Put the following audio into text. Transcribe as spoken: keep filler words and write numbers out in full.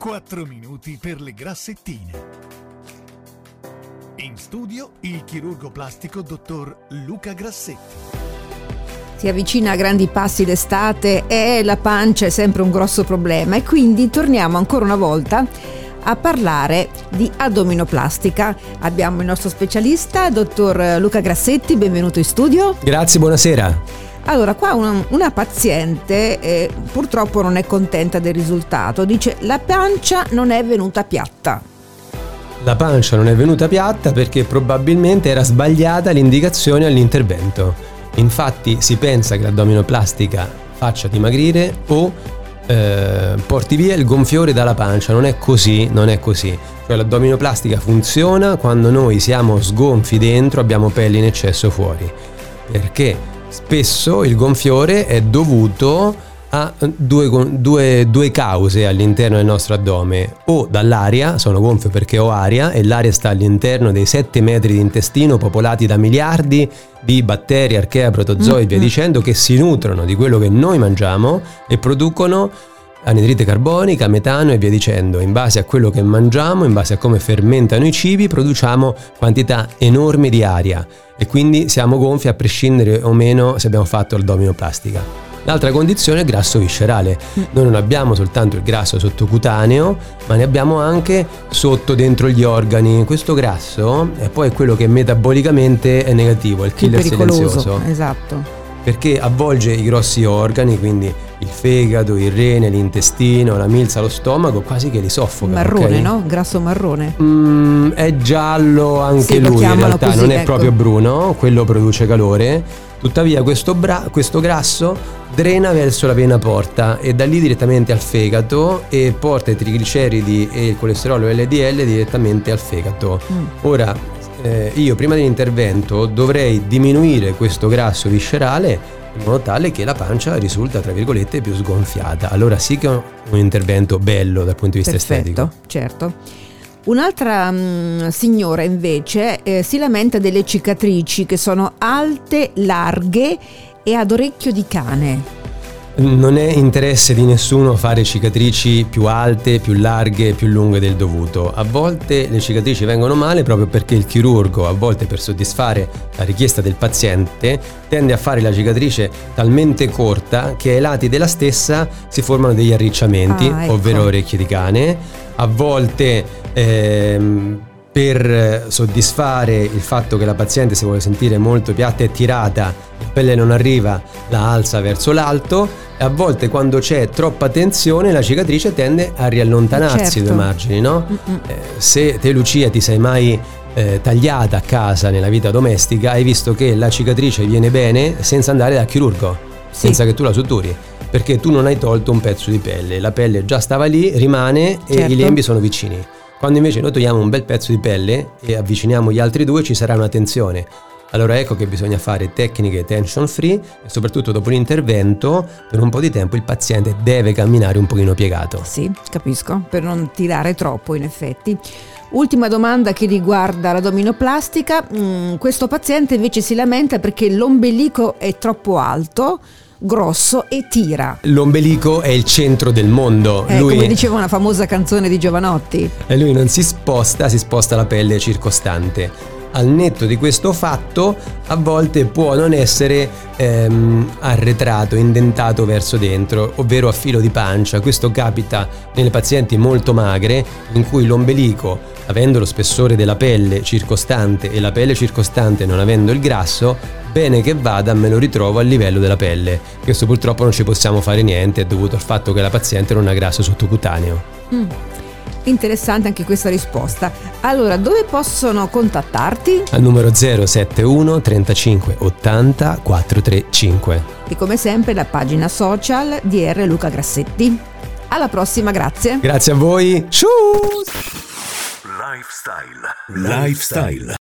quattro minuti per le grassettine. In studio il chirurgo plastico dottor Luca Grassetti. Si avvicina a grandi passi l'estate e la pancia è sempre un grosso problema, e quindi torniamo ancora una volta a parlare di addominoplastica. Abbiamo il nostro specialista, dottor Luca Grassetti, benvenuto in studio. Grazie, buonasera. Allora, qua una, una paziente eh, purtroppo non è contenta del risultato, dice la pancia non è venuta piatta. La pancia non è venuta piatta perché probabilmente era sbagliata l'indicazione all'intervento. Infatti si pensa che l'addominoplastica faccia dimagrire o eh, porti via il gonfiore dalla pancia. Non è così, non è così. Cioè l'addominoplastica funziona quando noi siamo sgonfi dentro, abbiamo pelle in eccesso fuori. Perché spesso il gonfiore è dovuto a due, due, due cause all'interno del nostro addome: o dall'aria, sono gonfio perché ho aria e l'aria sta all'interno dei sette metri di intestino popolati da miliardi di batteri, archea, protozoi e via dicendo, che si nutrono di quello che noi mangiamo e producono anidride carbonica, metano e via dicendo. In base a quello che mangiamo, in base a come fermentano i cibi, produciamo quantità enormi di aria e quindi siamo gonfi a prescindere o meno se abbiamo fatto l'addominoplastica. L'altra condizione è il grasso viscerale. Noi non abbiamo soltanto il grasso sottocutaneo, ma ne abbiamo anche sotto dentro gli organi. Questo grasso è poi quello che metabolicamente è negativo, è il killer silenzioso. Esatto. Perché avvolge i grossi organi, quindi il fegato, il rene, l'intestino, la milza, lo stomaco, quasi che li soffoca. Marrone, okay? no? Grasso marrone. Mm, è giallo anche sì, lui, in realtà così, non è ecco. proprio bruno, quello produce calore. Tuttavia questo, bra- questo grasso drena verso la vena porta e da lì direttamente al fegato e porta i trigliceridi e il colesterolo L D L direttamente al fegato. Mm. Ora, Eh, io prima dell'intervento dovrei diminuire questo grasso viscerale in modo tale che la pancia risulta, tra virgolette, più sgonfiata. Allora sì che è un intervento bello dal punto di vista Perfetto, estetico. Certo. Un'altra mh, signora invece eh, si lamenta delle cicatrici che sono alte, larghe e ad orecchio di cane. Non è interesse di nessuno fare cicatrici più alte, più larghe, più lunghe del dovuto. A volte le cicatrici vengono male proprio perché il chirurgo, a volte per soddisfare la richiesta del paziente, tende a fare la cicatrice talmente corta che ai lati della stessa si formano degli arricciamenti, ah, ecco. ovvero orecchie di cane. A volte ehm, per soddisfare il fatto che la paziente si vuole sentire molto piatta e tirata, la pelle non arriva, la alza verso l'alto, e a volte quando c'è troppa tensione la cicatrice tende a riallontanarsi certo. i due margini, no? Eh, se te, Lucia, ti sei mai eh, tagliata a casa nella vita domestica, hai visto che la cicatrice viene bene senza andare dal chirurgo, sì. senza che tu la sutturi, perché tu non hai tolto un pezzo di pelle, la pelle già stava lì, rimane certo. e i lembi sono vicini. Quando invece noi togliamo un bel pezzo di pelle e avviciniamo gli altri due, ci sarà una tensione. Allora ecco che bisogna fare tecniche tension free e soprattutto dopo l'intervento per un po' di tempo il paziente deve camminare un pochino piegato. Sì, capisco, per non tirare troppo in effetti. Ultima domanda che riguarda l'addominoplastica. Mm, questo paziente invece si lamenta perché l'ombelico è troppo alto, grosso e tira. L'ombelico è il centro del mondo. Eh, lui, come diceva una famosa canzone di Giovanotti. E lui non si sposta, si sposta la pelle circostante. Al netto di questo fatto, a volte può non essere ehm, arretrato, indentato verso dentro, ovvero a filo di pancia. Questo capita nelle pazienti molto magre, in cui l'ombelico, avendo lo spessore della pelle circostante e la pelle circostante non avendo il grasso, bene che vada me lo ritrovo a livello della pelle. Questo purtroppo non ci possiamo fare niente, è dovuto al fatto che la paziente non ha grasso sottocutaneo. Mm. Interessante anche questa risposta. Allora, dove possono contattarti? Al numero zero sette uno trentacinque ottanta quattrocentotrentacinque. E come sempre la pagina social di R. Luca Grassetti. Alla prossima, grazie. Grazie a voi. Ciao! Lifestyle. Lifestyle.